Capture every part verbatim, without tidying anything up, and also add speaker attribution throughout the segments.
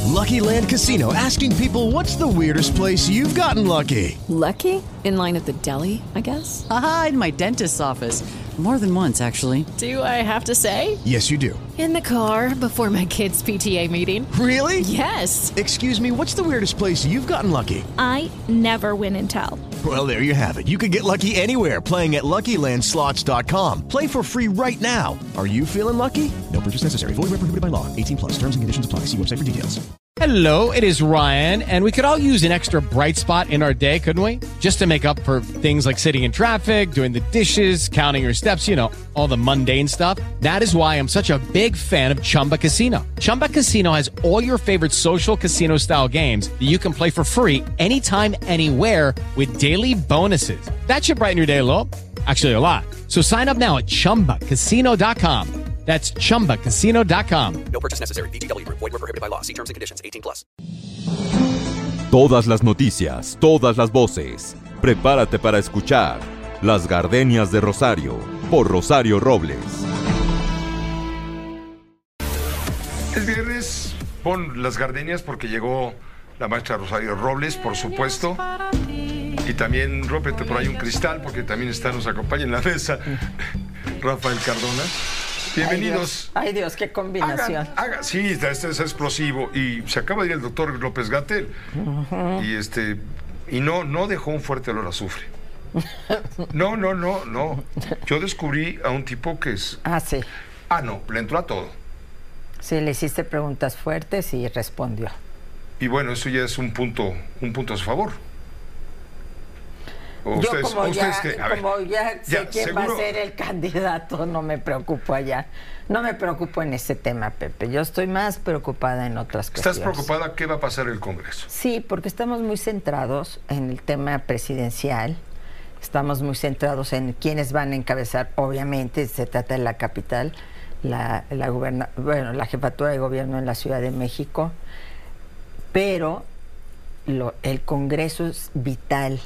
Speaker 1: Lucky Land Casino, asking people, what's the weirdest place you've gotten lucky?
Speaker 2: Lucky? In line at the deli, I guess?
Speaker 3: Aha, in my dentist's office. More than once, actually.
Speaker 2: Do I have to say?
Speaker 1: Yes, you do.
Speaker 2: In the car before my kids' P T A meeting.
Speaker 1: Really?
Speaker 2: Yes.
Speaker 1: Excuse me, what's the weirdest place you've gotten lucky?
Speaker 4: I never win and tell.
Speaker 1: Well, there you have it. You can get lucky anywhere, playing at Lucky Land Slots dot com. Play for free right now. Are you feeling lucky? No purchase necessary. Void where prohibited by law. eighteen plus. Terms and conditions apply. See website for details.
Speaker 5: Hello, it is Ryan, and we could all use an extra bright spot in our day, couldn't we? Just to make up for things like sitting in traffic, doing the dishes, counting your steps, you know, all the mundane stuff. That is why I'm such a big fan of Chumba Casino. Chumba Casino has all your favorite social casino-style games that you can play for free anytime, anywhere with daily bonuses. That should brighten your day a little. Actually, a lot. So sign up now at chumba casino dot com. That's chumba casino dot com.
Speaker 6: No purchase necessary. V G W Group. Void where prohibited by law. See terms and conditions. eighteen plus.
Speaker 7: Todas las noticias, todas las voces. Prepárate para escuchar Las Gardenias de Rosario por Rosario Robles.
Speaker 8: Es viernes, pon Las Gardenias porque llegó la maestra Rosario Robles, por supuesto. Y también rómpete por ahí un cristal porque también está, nos acompaña en la mesa Rafael Cardona. Bienvenidos.
Speaker 9: Ay Dios, Ay, Dios qué combinación.
Speaker 8: Hagan, hagan. Sí, este es explosivo. Y se acaba de ir el doctor López-Gatell. Uh-huh. Y este y no, no dejó un fuerte olor a azufre. No, no, no, no. Yo descubrí a un tipo que es...
Speaker 9: Ah, sí.
Speaker 8: Ah, no, le entró a todo.
Speaker 9: Sí, le hiciste preguntas fuertes y respondió.
Speaker 8: Y bueno, eso ya es un punto, un punto a su favor.
Speaker 9: Yo ustedes, como, ya, que, como ya sé ya, quién ¿seguro? va a ser el candidato, no me preocupo allá. No me preocupo en ese tema, Pepe. Yo estoy más preocupada en otras
Speaker 8: ¿Estás
Speaker 9: cuestiones.
Speaker 8: ¿Estás preocupada qué va a pasar en el Congreso?
Speaker 9: Sí, porque estamos muy centrados en el tema presidencial. Estamos muy centrados en quiénes van a encabezar. Obviamente se trata de la capital, la, la, goberna, bueno, la jefatura de gobierno en la Ciudad de México. Pero lo, el Congreso es vital.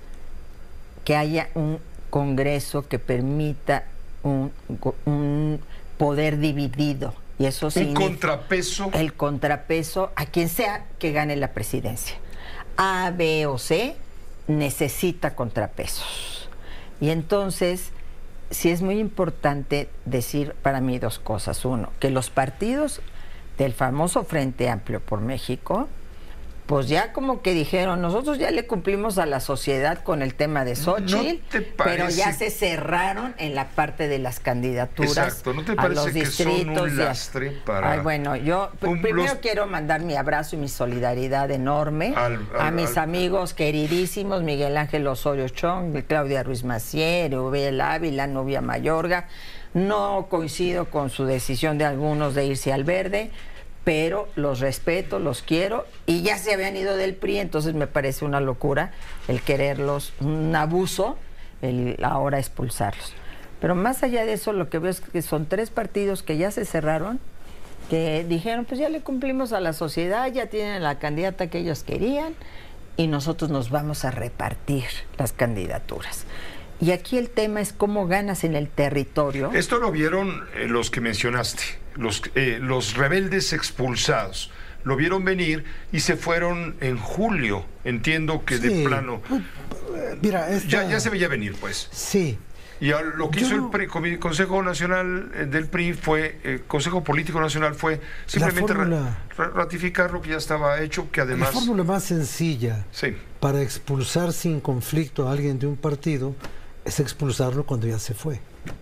Speaker 9: Que haya un Congreso que permita un, un poder dividido. Y eso
Speaker 8: un contrapeso.
Speaker 9: El contrapeso a quien sea que gane la presidencia. A, B o C necesita contrapesos. Y entonces, sí es muy importante decir para mí dos cosas. Uno, que los partidos del famoso Frente Amplio por México, pues ya como que dijeron, nosotros ya le cumplimos a la sociedad con el tema de Xóchitl, ¿no pero ya se cerraron en la parte de las candidaturas.
Speaker 8: Exacto, ¿no te
Speaker 9: a los
Speaker 8: parece
Speaker 9: distritos
Speaker 8: que son un lastre para...?
Speaker 9: Ay, bueno, yo un, primero los... quiero mandar mi abrazo y mi solidaridad enorme al, al, a mis al... amigos queridísimos, Miguel Ángel Osorio Chong, Claudia Ruiz Massieu, Rubén Ávila, Nubia Mayorga. No coincido con su decisión de algunos de irse al verde, pero los respeto, los quiero, y ya se habían ido del P R I, entonces me parece una locura el quererlos, un abuso, el ahora expulsarlos. Pero más allá de eso, lo que veo es que son tres partidos que ya se cerraron, que dijeron, pues ya le cumplimos a la sociedad, ya tienen la candidata que ellos querían, y nosotros nos vamos a repartir las candidaturas. Y aquí el tema es cómo ganas en el territorio.
Speaker 8: Esto lo vieron eh, los que mencionaste, los, eh, los rebeldes expulsados. Lo vieron venir y se fueron en julio. Entiendo que sí, de plano...
Speaker 10: Mira, esta...
Speaker 8: ya, ya se veía venir, pues.
Speaker 10: Sí.
Speaker 8: Y lo que
Speaker 10: Yo...
Speaker 8: hizo el P R I, Consejo Nacional del P R I fue, eh, Consejo Político Nacional fue simplemente fórmula... ra ratificar lo que ya estaba hecho, que además...
Speaker 10: La fórmula más sencilla
Speaker 8: sí.
Speaker 10: para expulsar sin conflicto a alguien de un partido es expulsarlo cuando ya se fue.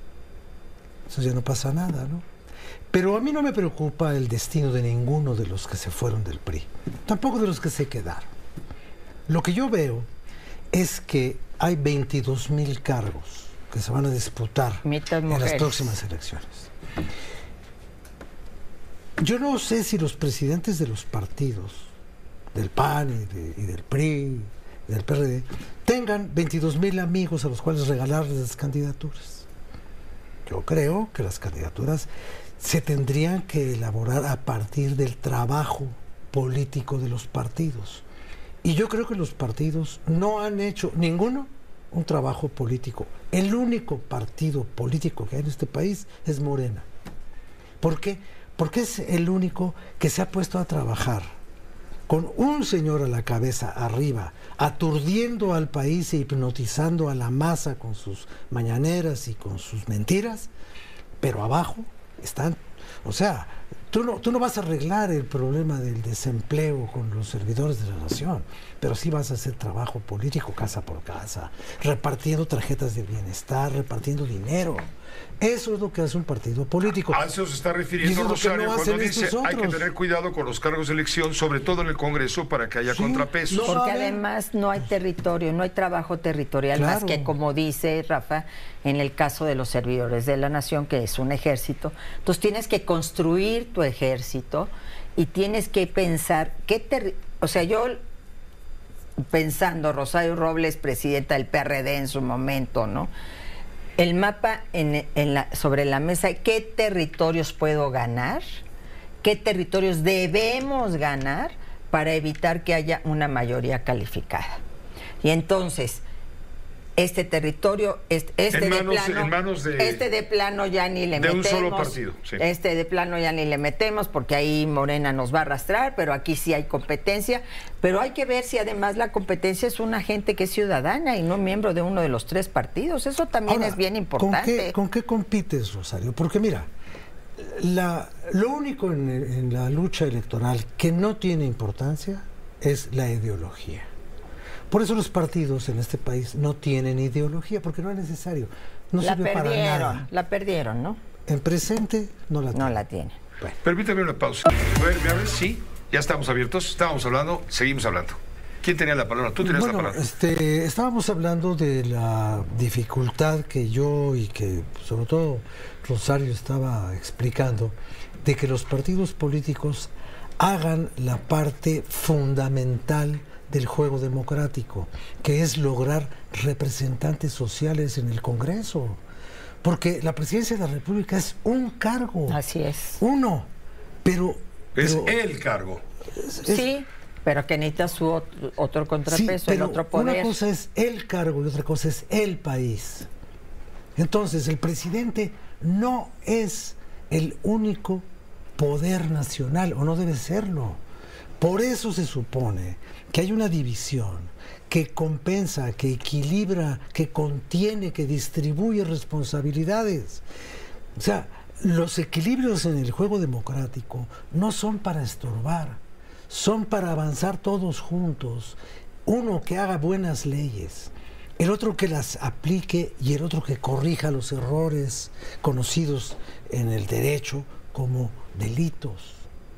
Speaker 10: Eso ya no pasa nada, ¿no? Pero a mí no me preocupa el destino de ninguno de los que se fueron del P R I, tampoco de los que se quedaron. Lo que yo veo es que hay veintidós mil cargos que se van a disputar en las próximas elecciones. Yo no sé si los presidentes de los partidos, del P A N y, de, y del P R I, del P R D, tengan veintidós mil amigos a los cuales regalarles las candidaturas. Yo creo que las candidaturas se tendrían que elaborar a partir del trabajo político de los partidos. Y yo creo que los partidos no han hecho, ninguno, un trabajo político. El único partido político que hay en este país es Morena. ¿Por qué? Porque es el único que se ha puesto a trabajar con un señor a la cabeza arriba, aturdiendo al país e hipnotizando a la masa con sus mañaneras y con sus mentiras, pero abajo están, o sea, tú no, tú no vas a arreglar el problema del desempleo con los servidores de la nación, pero sí vas a hacer trabajo político casa por casa, repartiendo tarjetas de bienestar, repartiendo dinero. Eso es lo que hace un partido político.
Speaker 8: A eso se está refiriendo Rosario no cuando dice hay que tener cuidado con los cargos de elección, sobre todo en el Congreso, para que haya sí, contrapesos.
Speaker 9: No, porque además no hay territorio, no hay trabajo territorial, claro. Más que, como dice Rafa, en el caso de los servidores de la nación, que es un ejército. Entonces tienes que construir tu ejército y tienes que pensar qué ter... o sea, yo pensando, Rosario Robles, presidenta del P R D en su momento, ¿no? El mapa en, en la, sobre la mesa, ¿qué territorios puedo ganar? ¿Qué territorios debemos ganar para evitar que haya una mayoría calificada? Y entonces, este territorio, este, este
Speaker 8: en
Speaker 9: de
Speaker 8: manos,
Speaker 9: plano,
Speaker 8: en manos de,
Speaker 9: este de plano ya ni le
Speaker 8: de
Speaker 9: metemos.
Speaker 8: un solo partido, sí.
Speaker 9: Este de plano ya ni le metemos porque ahí Morena nos va a arrastrar, pero aquí sí hay competencia. Pero hay que ver si además la competencia es una gente que es ciudadana y no miembro de uno de los tres partidos. Eso también Ahora, es bien importante.
Speaker 10: ¿con qué, ¿Con qué compites, Rosario? Porque mira, la, lo único en, en la lucha electoral que no tiene importancia es la ideología. Por eso los partidos en este país no tienen ideología, porque no es necesario. No
Speaker 9: la
Speaker 10: sirve
Speaker 9: perdieron,
Speaker 10: para nada.
Speaker 9: La perdieron, ¿no?
Speaker 10: En presente no la tienen.
Speaker 9: No la tienen.
Speaker 8: Bueno. Permítame una pausa. A ver, a ver, sí, ya estamos abiertos, estábamos hablando, seguimos hablando. ¿Quién tenía la palabra? Tú tenías
Speaker 10: bueno,
Speaker 8: la palabra.
Speaker 10: Este, estábamos hablando de la dificultad que yo y que sobre todo Rosario estaba explicando, de que los partidos políticos hagan la parte fundamental del juego democrático, que es lograr representantes sociales en el Congreso. Porque la presidencia de la República es un cargo.
Speaker 9: Así es.
Speaker 10: Uno. Pero...
Speaker 8: Es
Speaker 10: pero,
Speaker 8: el cargo.
Speaker 9: Es, es, sí, pero que necesita su otro, otro contrapeso, sí, el otro poder.
Speaker 10: Una cosa es el cargo y otra cosa es el país. Entonces, el presidente no es el único poder nacional, o no debe serlo. Por eso se supone que hay una división que compensa, que equilibra, que contiene, que distribuye responsabilidades. O sea, los equilibrios en el juego democrático no son para estorbar, son para avanzar todos juntos. Uno que haga buenas leyes, el otro que las aplique y el otro que corrija los errores conocidos en el derecho como delitos.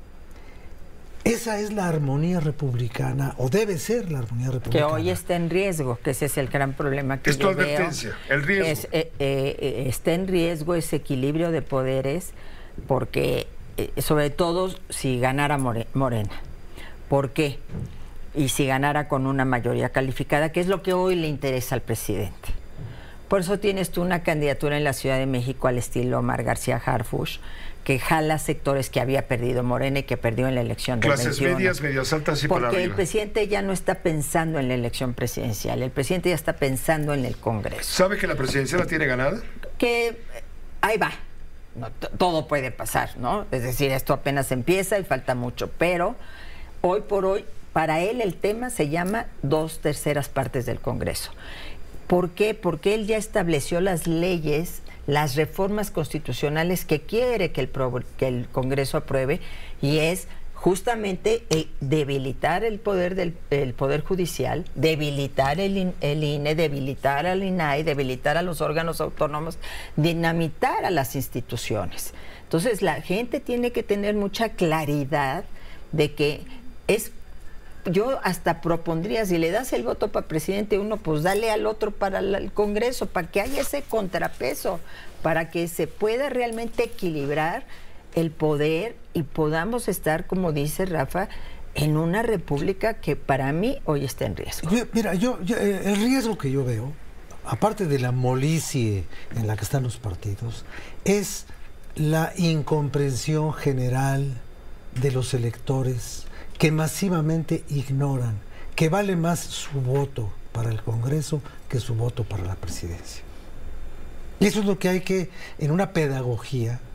Speaker 10: Esa es la armonía republicana, o debe ser la armonía republicana.
Speaker 9: Que hoy está en riesgo, que ese es el gran problema que
Speaker 8: es
Speaker 9: yo
Speaker 8: tu advertencia,
Speaker 9: veo.
Speaker 8: El riesgo.
Speaker 9: Es, eh, eh, está en riesgo ese equilibrio de poderes, porque eh, sobre todo si ganara More, Morena. ¿Por qué? Y si ganara con una mayoría calificada, que es lo que hoy le interesa al presidente. Por eso tienes tú una candidatura en la Ciudad de México al estilo Omar García Harfuch, que jala sectores que había perdido Morena y que perdió en la elección del
Speaker 8: Clases veintiuno. Medias, medias altas y
Speaker 9: Porque
Speaker 8: para arriba.
Speaker 9: El presidente ya no está pensando en la elección presidencial, el presidente ya está pensando en el Congreso.
Speaker 8: ¿Sabe que la presidencial la tiene ganada?
Speaker 9: Que ahí va, no, todo puede pasar, ¿no? Es decir, esto apenas empieza y falta mucho, pero hoy por hoy, para él el tema se llama dos terceras partes del Congreso. ¿Por qué? Porque él ya estableció las leyes, las reformas constitucionales que quiere que el, pro, que el Congreso apruebe, y es justamente eh, debilitar el poder del el poder judicial, debilitar el, el I N E, debilitar al I N A I, debilitar a los órganos autónomos, dinamitar a las instituciones. Entonces la gente tiene que tener mucha claridad de que es... Yo hasta propondría, si le das el voto para presidente uno, pues dale al otro para el Congreso, para que haya ese contrapeso, para que se pueda realmente equilibrar el poder y podamos estar, como dice Rafa, en una república que para mí hoy está en riesgo.
Speaker 10: Yo, mira, yo, yo el riesgo que yo veo, aparte de la molicie en la que están los partidos, es la incomprensión general de los electores que masivamente ignoran que vale más su voto para el Congreso que su voto para la presidencia. Y eso es lo que hay que, en una pedagogía,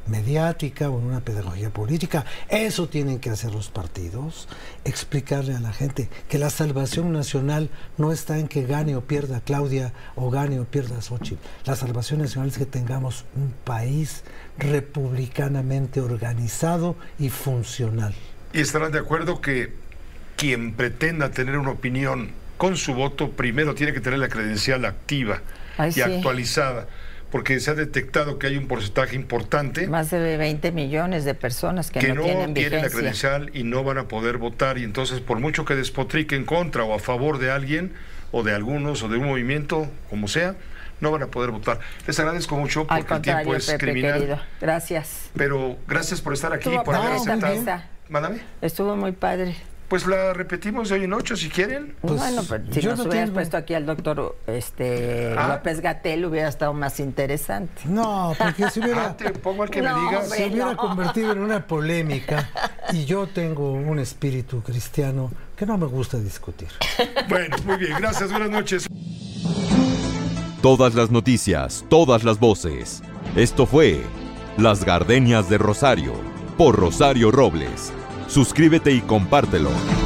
Speaker 10: mediática o en una pedagogía política. Eso tienen que hacer los partidos, explicarle a la gente que la salvación nacional no está en que gane o pierda Claudia o gane o pierda Xochitl. La salvación nacional es que tengamos un país republicanamente organizado y funcional.
Speaker 8: Y estarán de acuerdo que quien pretenda tener una opinión con su voto, primero tiene que tener la credencial activa
Speaker 9: Ay,
Speaker 8: y
Speaker 9: sí.
Speaker 8: actualizada, porque se ha detectado que hay un porcentaje importante,
Speaker 9: más de veinte millones de personas que,
Speaker 8: que
Speaker 9: no,
Speaker 8: no
Speaker 9: tienen vigencia.
Speaker 8: la credencial y no van a poder votar, y entonces por mucho que despotriquen contra o a favor de alguien o de algunos o de un movimiento, como sea, no van a poder votar. Les agradezco mucho porque
Speaker 9: Al contrario,
Speaker 8: el tiempo es
Speaker 9: Pepe,
Speaker 8: criminal.
Speaker 9: Querido. Gracias.
Speaker 8: Pero gracias por estar aquí,
Speaker 9: Estuvo
Speaker 8: por haber
Speaker 9: padre
Speaker 8: aceptado.
Speaker 9: esta fiesta.
Speaker 8: Mándame.
Speaker 9: Estuvo muy padre.
Speaker 8: Pues la repetimos de hoy en ocho, si quieren.
Speaker 9: Pues, bueno, pero si
Speaker 10: yo
Speaker 9: nos
Speaker 10: no
Speaker 9: hubieras
Speaker 10: tengo-
Speaker 9: puesto aquí al doctor este,
Speaker 8: Ah.
Speaker 9: López-Gatell, hubiera estado más interesante.
Speaker 10: No, porque se hubiera,
Speaker 8: Ah, te pongo al que
Speaker 9: No,
Speaker 8: me digas.
Speaker 9: hombre.
Speaker 10: se hubiera
Speaker 9: no.
Speaker 10: convertido en una polémica, y yo tengo un espíritu cristiano que no me gusta discutir.
Speaker 8: Bueno, muy bien, gracias, buenas noches.
Speaker 7: Todas las noticias, todas las voces. Esto fue Las Gardenias de Rosario, por Rosario Robles. Suscríbete y compártelo.